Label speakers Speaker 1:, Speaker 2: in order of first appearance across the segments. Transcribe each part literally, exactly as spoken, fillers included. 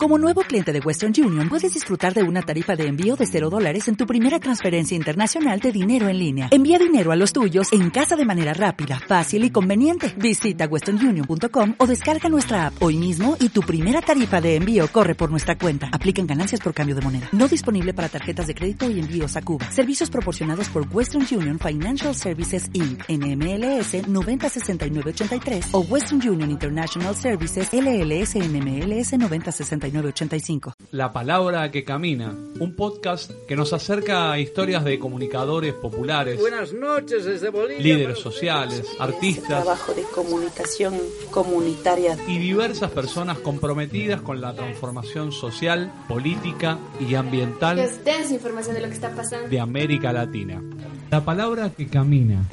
Speaker 1: Como nuevo cliente de Western Union, puedes disfrutar de una tarifa de envío de cero dólares en tu primera transferencia internacional de dinero en línea. Envía dinero a los tuyos en casa de manera rápida, fácil y conveniente. Visita western union punto com o descarga nuestra app hoy mismo y tu primera tarifa de envío corre por nuestra cuenta. Aplican ganancias por cambio de moneda. No disponible para tarjetas de crédito y envíos a Cuba. Servicios proporcionados por Western Union Financial Services incorporated. N M L S noventa sesenta y nueve ochenta y tres o Western Union International Services L L S N M L S noventa sesenta y nueve ochenta y cinco.
Speaker 2: La palabra que camina, un podcast que nos acerca a historias de comunicadores populares.
Speaker 3: Buenas noches desde Bolivia.
Speaker 2: Líderes sociales, artistas.
Speaker 4: Trabajo de comunicación comunitaria.
Speaker 2: Y diversas personas comprometidas con la transformación social, política y ambiental.
Speaker 5: Que os den información de lo que está pasando.
Speaker 2: De América Latina. La palabra que camina.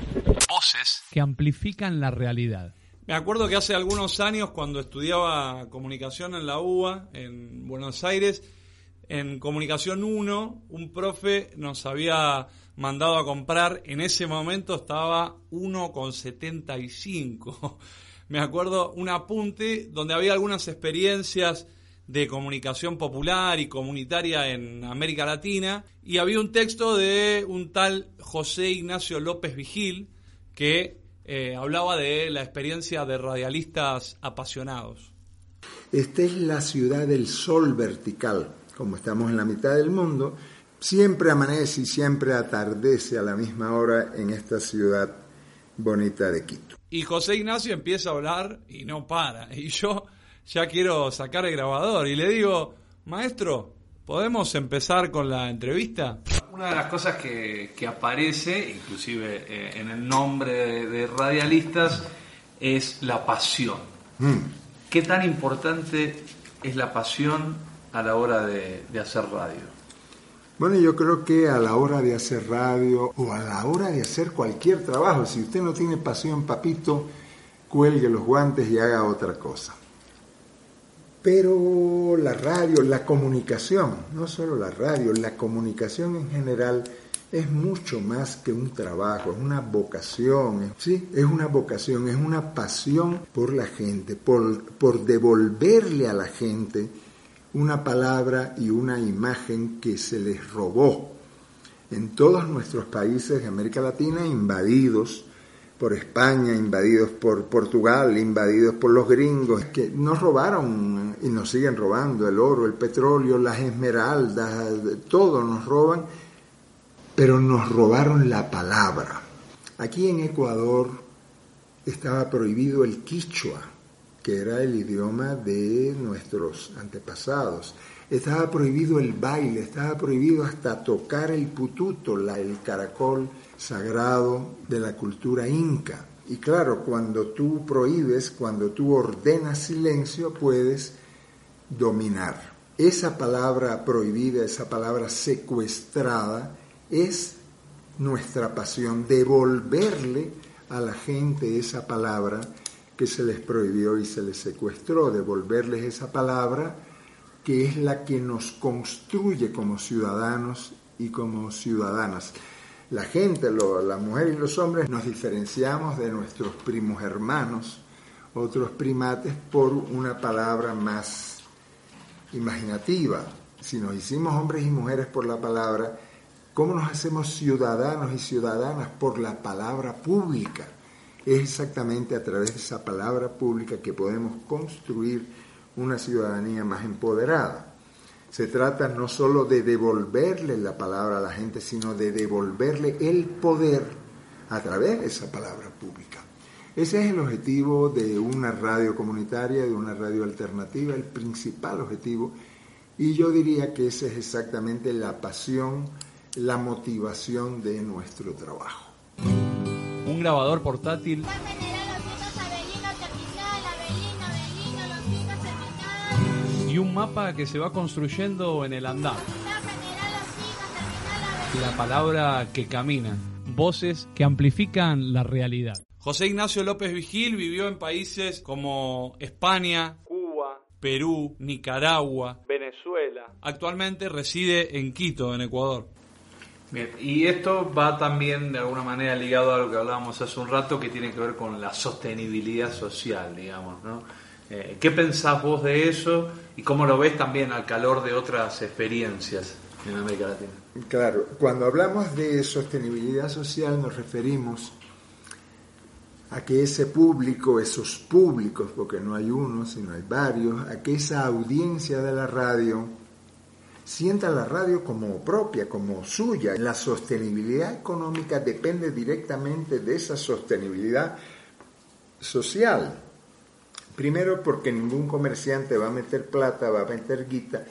Speaker 2: Voces que amplifican la realidad. Me acuerdo que hace algunos años, cuando estudiaba comunicación en la U B A, en Buenos Aires, en Comunicación uno, un profe nos había mandado a comprar, en ese momento estaba uno con setenta y cinco. Me acuerdo un apunte donde había algunas experiencias de comunicación popular y comunitaria en América Latina, y había un texto de un tal José Ignacio López Vigil que eh, hablaba de la experiencia de radialistas apasionados.
Speaker 6: Esta es la ciudad del sol vertical. Como estamos en la mitad del mundo, siempre amanece y siempre atardece a la misma hora en esta ciudad bonita de Quito.
Speaker 2: Y José Ignacio empieza a hablar y no para, y yo ya quiero sacar el grabador y le digo: maestro, ¿podemos empezar con la entrevista? Una de las cosas que, que aparece, inclusive eh, en el nombre de, de radialistas, es la pasión. Mm. ¿Qué tan importante es la pasión a la hora de, de hacer radio?
Speaker 6: Bueno, yo creo que a la hora de hacer radio o a la hora de hacer cualquier trabajo, si usted no tiene pasión, papito, cuelgue los guantes y haga otra cosa. Pero la radio, la comunicación, no solo la radio, la comunicación en general es mucho más que un trabajo, es una vocación, ¿sí? Es una vocación, es una pasión por la gente, por, por devolverle a la gente una palabra y una imagen que se les robó en todos nuestros países de América Latina, invadidos por España, invadidos por Portugal, invadidos por los gringos, que nos robaron y nos siguen robando el oro, el petróleo, las esmeraldas, todo nos roban, pero nos robaron la palabra. Aquí en Ecuador estaba prohibido el quichua, que era el idioma de nuestros antepasados. Estaba prohibido el baile, estaba prohibido hasta tocar el pututo, la, el caracol sagrado de la cultura inca. Y claro, cuando tú prohíbes, cuando tú ordenas silencio, puedes dominar. Esa palabra prohibida, esa palabra secuestrada, es nuestra pasión, devolverle a la gente esa palabra que se les prohibió y se les secuestró, devolverles esa palabra que es la que nos construye como ciudadanos y como ciudadanas. La gente, lo, la mujer y los hombres, nos diferenciamos de nuestros primos hermanos, otros primates, por una palabra más imaginativa. Si nos hicimos hombres y mujeres por la palabra, ¿cómo nos hacemos ciudadanos y ciudadanas? Por la palabra pública. Es exactamente a través de esa palabra pública que podemos construir una ciudadanía más empoderada. Se trata no solo de devolverle la palabra a la gente, sino de devolverle el poder a través de esa palabra pública. Ese es el objetivo de una radio comunitaria, de una radio alternativa, el principal objetivo, y yo diría que esa es exactamente la pasión, la motivación de nuestro trabajo.
Speaker 2: Un grabador portátil y un mapa que se va construyendo en el andar. La palabra que camina, voces que amplifican la realidad. José Ignacio López Vigil vivió en países como España, Cuba, Perú, Nicaragua, Venezuela. Actualmente reside en Quito, en Ecuador. Bien, y esto va también de alguna manera ligado a lo que hablábamos hace un rato, que tiene que ver con la sostenibilidad social, digamos, ¿no? Eh, ¿Qué pensás vos de eso y cómo lo ves también al calor de otras experiencias en América Latina?
Speaker 6: Claro, cuando hablamos de sostenibilidad social nos referimos a que ese público, esos públicos, porque no hay uno, sino hay varios, a que esa audiencia de la radio sienta la radio como propia, como suya. La sostenibilidad económica depende directamente de esa sostenibilidad social. Primero porque ningún comerciante va a meter plata, va a meter guita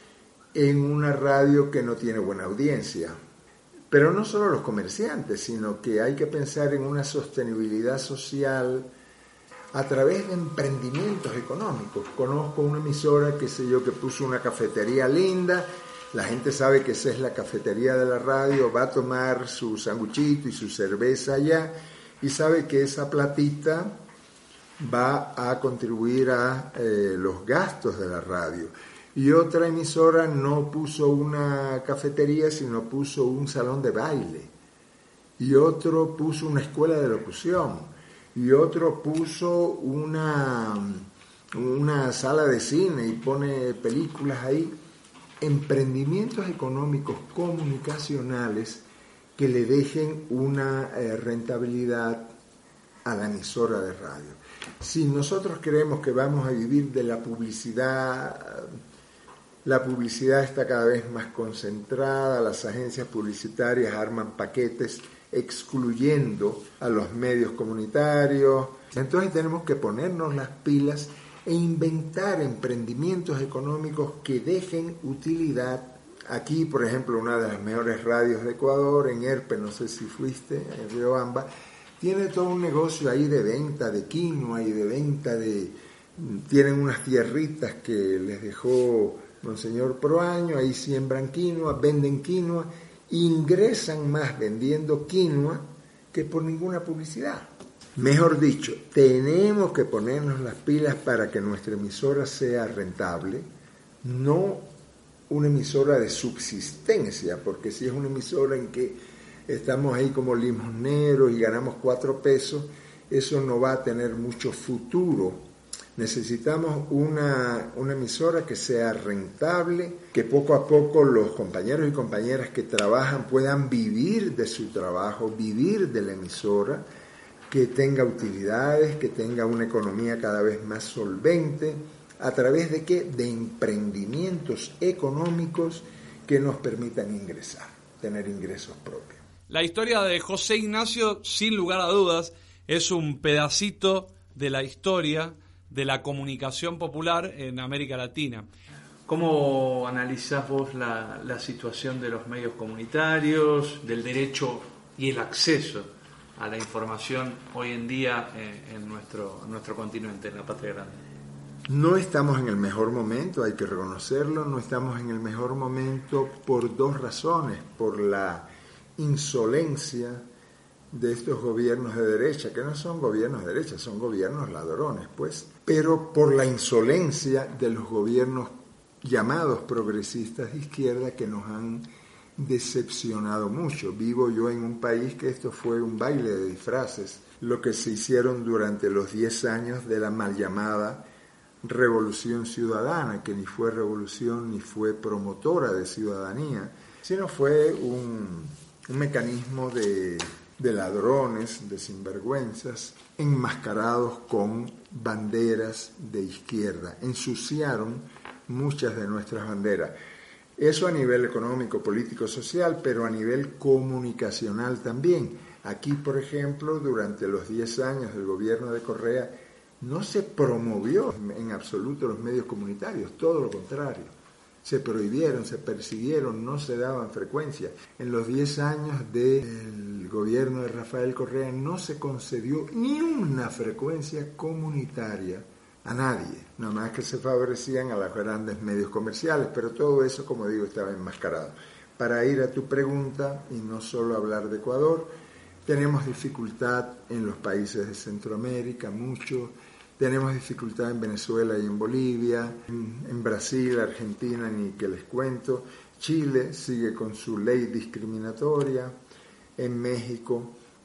Speaker 6: en una radio que no tiene buena audiencia. Pero no solo los comerciantes, sino que hay que pensar en una sostenibilidad social a través de emprendimientos económicos. Conozco una emisora, qué sé yo, que puso una cafetería linda, la gente sabe que esa es la cafetería de la radio, va a tomar su sanguchito y su cerveza allá y sabe que esa platita va a contribuir a eh, los gastos de la radio. Y otra emisora no puso una cafetería, sino puso un salón de baile. Y otro puso una escuela de locución. Y otro puso una, una sala de cine y pone películas ahí. Emprendimientos económicos comunicacionales que le dejen una eh, rentabilidad a la emisora de radio. Si nosotros creemos que vamos a vivir de la publicidad, la publicidad está cada vez más concentrada, las agencias publicitarias arman paquetes excluyendo a los medios comunitarios. Entonces tenemos que ponernos las pilas e inventar emprendimientos económicos que dejen utilidad. Aquí, por ejemplo, una de las mejores radios de Ecuador, en Erpe, no sé si fuiste, en Riobamba, tiene todo un negocio ahí de venta de quinoa y de venta de... Tienen unas tierritas que les dejó Monseñor Proaño, ahí siembran quinoa, venden quinoa, ingresan más vendiendo quinoa que por ninguna publicidad. Mejor dicho, tenemos que ponernos las pilas para que nuestra emisora sea rentable, no una emisora de subsistencia, porque si es una emisora en que estamos ahí como limosneros y ganamos cuatro pesos, eso no va a tener mucho futuro. Necesitamos una, una emisora que sea rentable, que poco a poco los compañeros y compañeras que trabajan puedan vivir de su trabajo, vivir de la emisora, que tenga utilidades, que tenga una economía cada vez más solvente, ¿a través de qué? De emprendimientos económicos que nos permitan ingresar, tener ingresos propios.
Speaker 2: La historia de José Ignacio, sin lugar a dudas, es un pedacito de la historia de la comunicación popular en América Latina. ¿Cómo analizás vos la, la situación de los medios comunitarios, del derecho y el acceso a la información hoy en día en, en, nuestro, en nuestro continente, en la Patria Grande?
Speaker 6: No estamos en el mejor momento, hay que reconocerlo, no estamos en el mejor momento por dos razones, por la insolencia de estos gobiernos de derecha, que no son gobiernos de derecha, son gobiernos ladrones, pues, pero por la insolencia de los gobiernos llamados progresistas de izquierda que nos han decepcionado mucho. Vivo yo en un país que esto fue un baile de disfraces, lo que se hicieron durante los diez años de la mal llamada Revolución Ciudadana, que ni fue revolución ni fue promotora de ciudadanía, sino fue un, un mecanismo de, de ladrones, de sinvergüenzas, enmascarados con banderas de izquierda. Ensuciaron muchas de nuestras banderas. Eso a nivel económico, político, social, pero a nivel comunicacional también. Aquí, por ejemplo, durante los diez años del gobierno de Correa, no se promovió en absoluto los medios comunitarios, todo lo contrario. Se prohibieron, se persiguieron, no se daban frecuencia. En los diez años del gobierno de Rafael Correa no se concedió ni una frecuencia comunitaria a nadie, nada más que se favorecían a los grandes medios comerciales, pero todo eso, como digo, estaba enmascarado. Para ir a tu pregunta, y no solo hablar de Ecuador, tenemos dificultad en los países de Centroamérica, mucho. Tenemos dificultad en Venezuela y en Bolivia, en, en Brasil, Argentina, ni que les cuento. Chile sigue con su ley discriminatoria, en México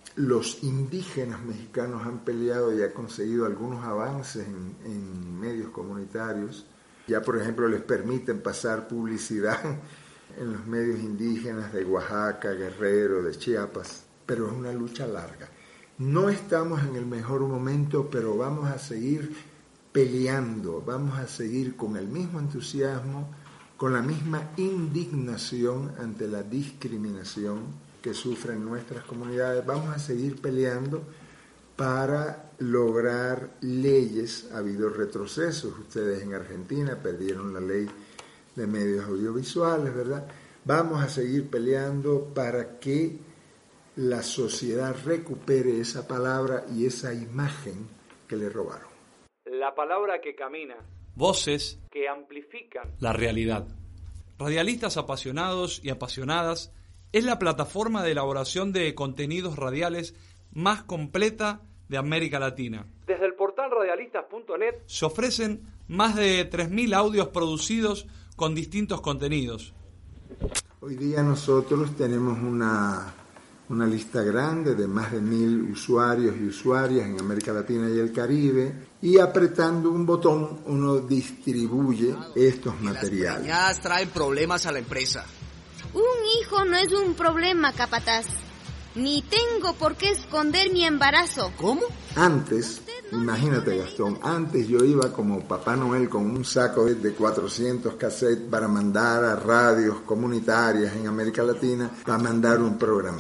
Speaker 6: los indígenas mexicanos han peleado y han conseguido algunos avances en, en medios comunitarios. Ya, por ejemplo, les permiten pasar publicidad en los medios indígenas de Oaxaca, Guerrero, de Chiapas, pero es una lucha larga. No estamos en el mejor momento, pero vamos a seguir peleando, vamos a seguir con el mismo entusiasmo, con la misma indignación ante la discriminación que sufren nuestras comunidades. Vamos a seguir peleando para lograr leyes. Ha habido retrocesos. Ustedes en Argentina perdieron la ley de medios audiovisuales, ¿verdad? Vamos a seguir peleando para que la sociedad recupere esa palabra y esa imagen que le robaron.
Speaker 2: La palabra que camina. Voces que amplifican la realidad. Radialistas apasionados y apasionadas es la plataforma de elaboración de contenidos radiales más completa de América Latina. Desde el portal radialistas punto net se ofrecen más de tres mil audios producidos con distintos contenidos.
Speaker 6: Hoy día nosotros tenemos una, una lista grande de más de mil usuarios y usuarias en América Latina y el Caribe, y apretando un botón uno distribuye estos materiales.
Speaker 7: Las preñadas traen problemas a la empresa.
Speaker 8: Un hijo no es un problema, capataz. Ni tengo por qué esconder mi embarazo.
Speaker 7: ¿Cómo?
Speaker 6: Antes, imagínate, Gastón, antes yo iba como Papá Noel con un saco de cuatrocientos cassettes para mandar a radios comunitarias en América Latina para mandar un programa.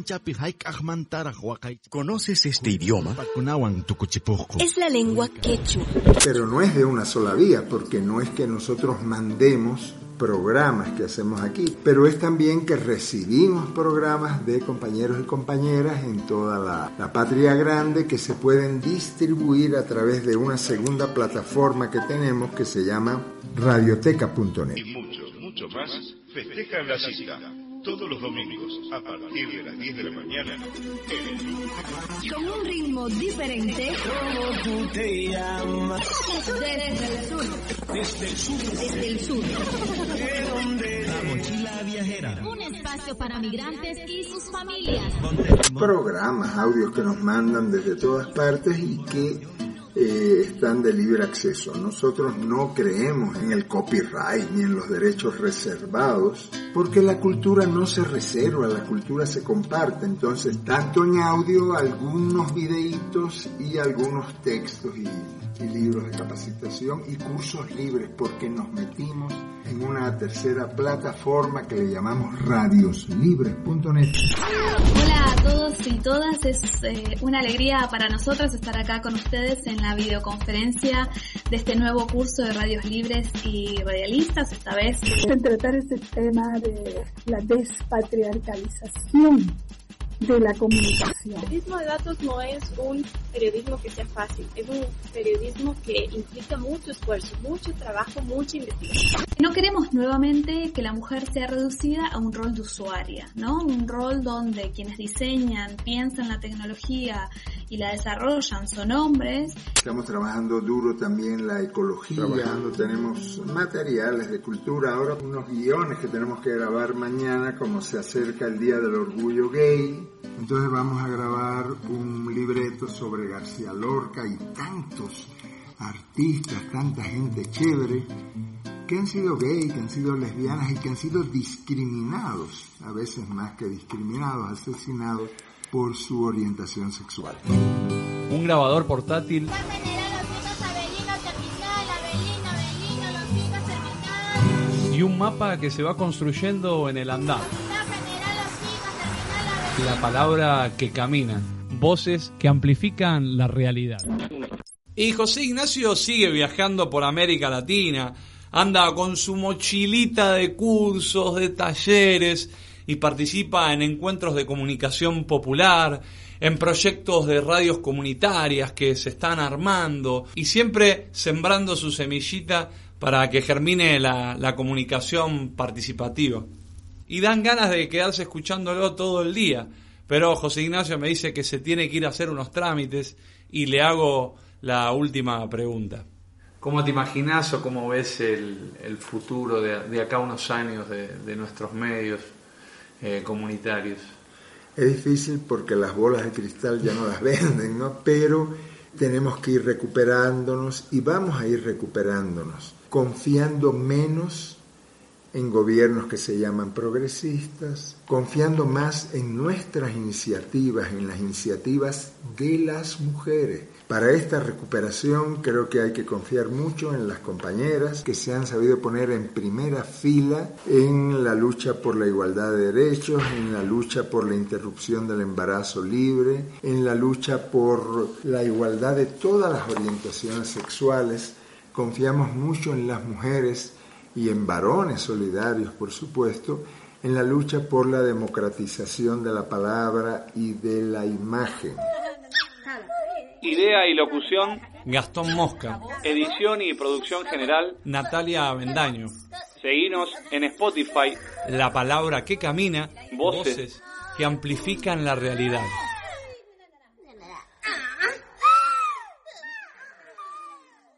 Speaker 7: ¿Conoces este idioma?
Speaker 8: Es la lengua quechua.
Speaker 6: Pero no es de una sola vía, porque no es que nosotros mandemos programas que hacemos aquí, pero es también que recibimos programas de compañeros y compañeras en toda la, la patria grande que se pueden distribuir a través de una segunda plataforma que tenemos que se llama radioteca punto net.
Speaker 9: Y mucho, mucho más festejan la cita todos los domingos a partir de las diez de la mañana en el...
Speaker 8: Con un ritmo diferente.
Speaker 10: ¿Cómo tú te llamas?
Speaker 8: Desde el sur.
Speaker 10: Desde el sur.
Speaker 8: Desde el sur.
Speaker 10: ¿De dónde? La mochila viajera.
Speaker 11: Un espacio para migrantes y sus familias.
Speaker 6: Programas, audios que nos mandan desde todas partes y que eh, están de libre acceso. Nosotros no creemos en el copyright ni en los derechos reservados, porque la cultura no se reserva, la cultura se comparte. Entonces, tanto en audio, algunos videitos y algunos textos y, y libros de capacitación y cursos libres, porque nos metimos en una tercera plataforma que le llamamos radios libres punto net.
Speaker 12: Hola a todos y todas, es eh, una alegría para nosotros estar acá con ustedes en la videoconferencia de este nuevo curso de radios libres y radialistas, esta vez
Speaker 13: en tratar este tema de la despatriarcalización de la comunicación.
Speaker 5: El periodismo de datos no es un periodismo que sea fácil, es un periodismo que implica mucho esfuerzo, mucho trabajo, mucha investigación.
Speaker 12: No queremos nuevamente que la mujer sea reducida a un rol de usuaria, ¿no? Un rol donde quienes diseñan, piensan la tecnología y la desarrollan son hombres.
Speaker 6: Estamos trabajando duro también la ecología, trabajando, tenemos materiales de cultura, ahora unos guiones que tenemos que grabar mañana como se acerca el Día del Orgullo Gay. Entonces vamos a grabar un libreto sobre García Lorca y tantos artistas, tanta gente chévere que han sido gay, que han sido lesbianas y que han sido discriminados, a veces más que discriminados, asesinados por su orientación sexual.
Speaker 2: Un grabador portátil. Y un mapa que se va construyendo en el andar. La palabra que camina. Voces que amplifican la realidad. Y José Ignacio sigue viajando por América Latina. Anda con su mochilita de cursos, de talleres, y participa en encuentros de comunicación popular, en proyectos de radios comunitarias que se están armando, y siempre sembrando su semillita para que germine la, la comunicación participativa. Y dan ganas de quedarse escuchándolo todo el día, pero José Ignacio me dice que se tiene que ir a hacer unos trámites, y le hago la última pregunta. ¿Cómo te imaginas o cómo ves el, el futuro de, de acá a unos años de, de nuestros medios eh, comunitarios?
Speaker 6: Es difícil porque las bolas de cristal ya no las venden, ¿no? Pero tenemos que ir recuperándonos y vamos a ir recuperándonos, confiando menos en gobiernos que se llaman progresistas, confiando más en nuestras iniciativas, en las iniciativas de las mujeres. Para esta recuperación creo que hay que confiar mucho en las compañeras que se han sabido poner en primera fila en la lucha por la igualdad de derechos, en la lucha por la interrupción del embarazo libre, en la lucha por la igualdad de todas las orientaciones sexuales. Confiamos mucho en las mujeres y en varones solidarios, por supuesto, en la lucha por la democratización de la palabra y de la imagen.
Speaker 2: Idea y locución, Gastón Mosca. Edición y producción general, Natalia Avendaño. Seguinos en Spotify, La Palabra que Camina, voces que amplifican la realidad.